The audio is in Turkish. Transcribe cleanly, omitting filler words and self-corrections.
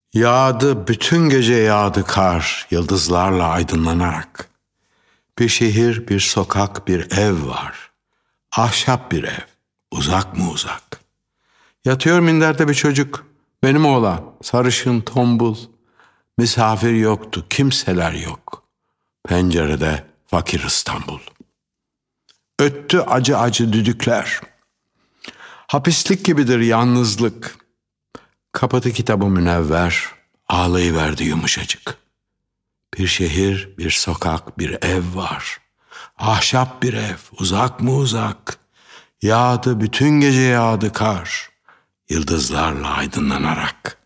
Yağdı, bütün gece yağdı kar, yıldızlarla aydınlanarak. Bir şehir, bir sokak, bir ev var. Ahşap bir ev, uzak mı uzak. Yatıyor minderde bir çocuk, benim oğlan, sarışın, tombul. Misafir yoktu, kimseler yok. Pencerede fakir İstanbul. Öttü acı acı düdükler. Hapislik gibidir yalnızlık. Kapadı kitabı münevver, ağlayıverdi yumuşacık. Bir şehir, bir sokak, bir ev var. Ahşap bir ev, uzak mı uzak. Yağdı, bütün gece yağdı kar. Yıldızlarla aydınlanarak.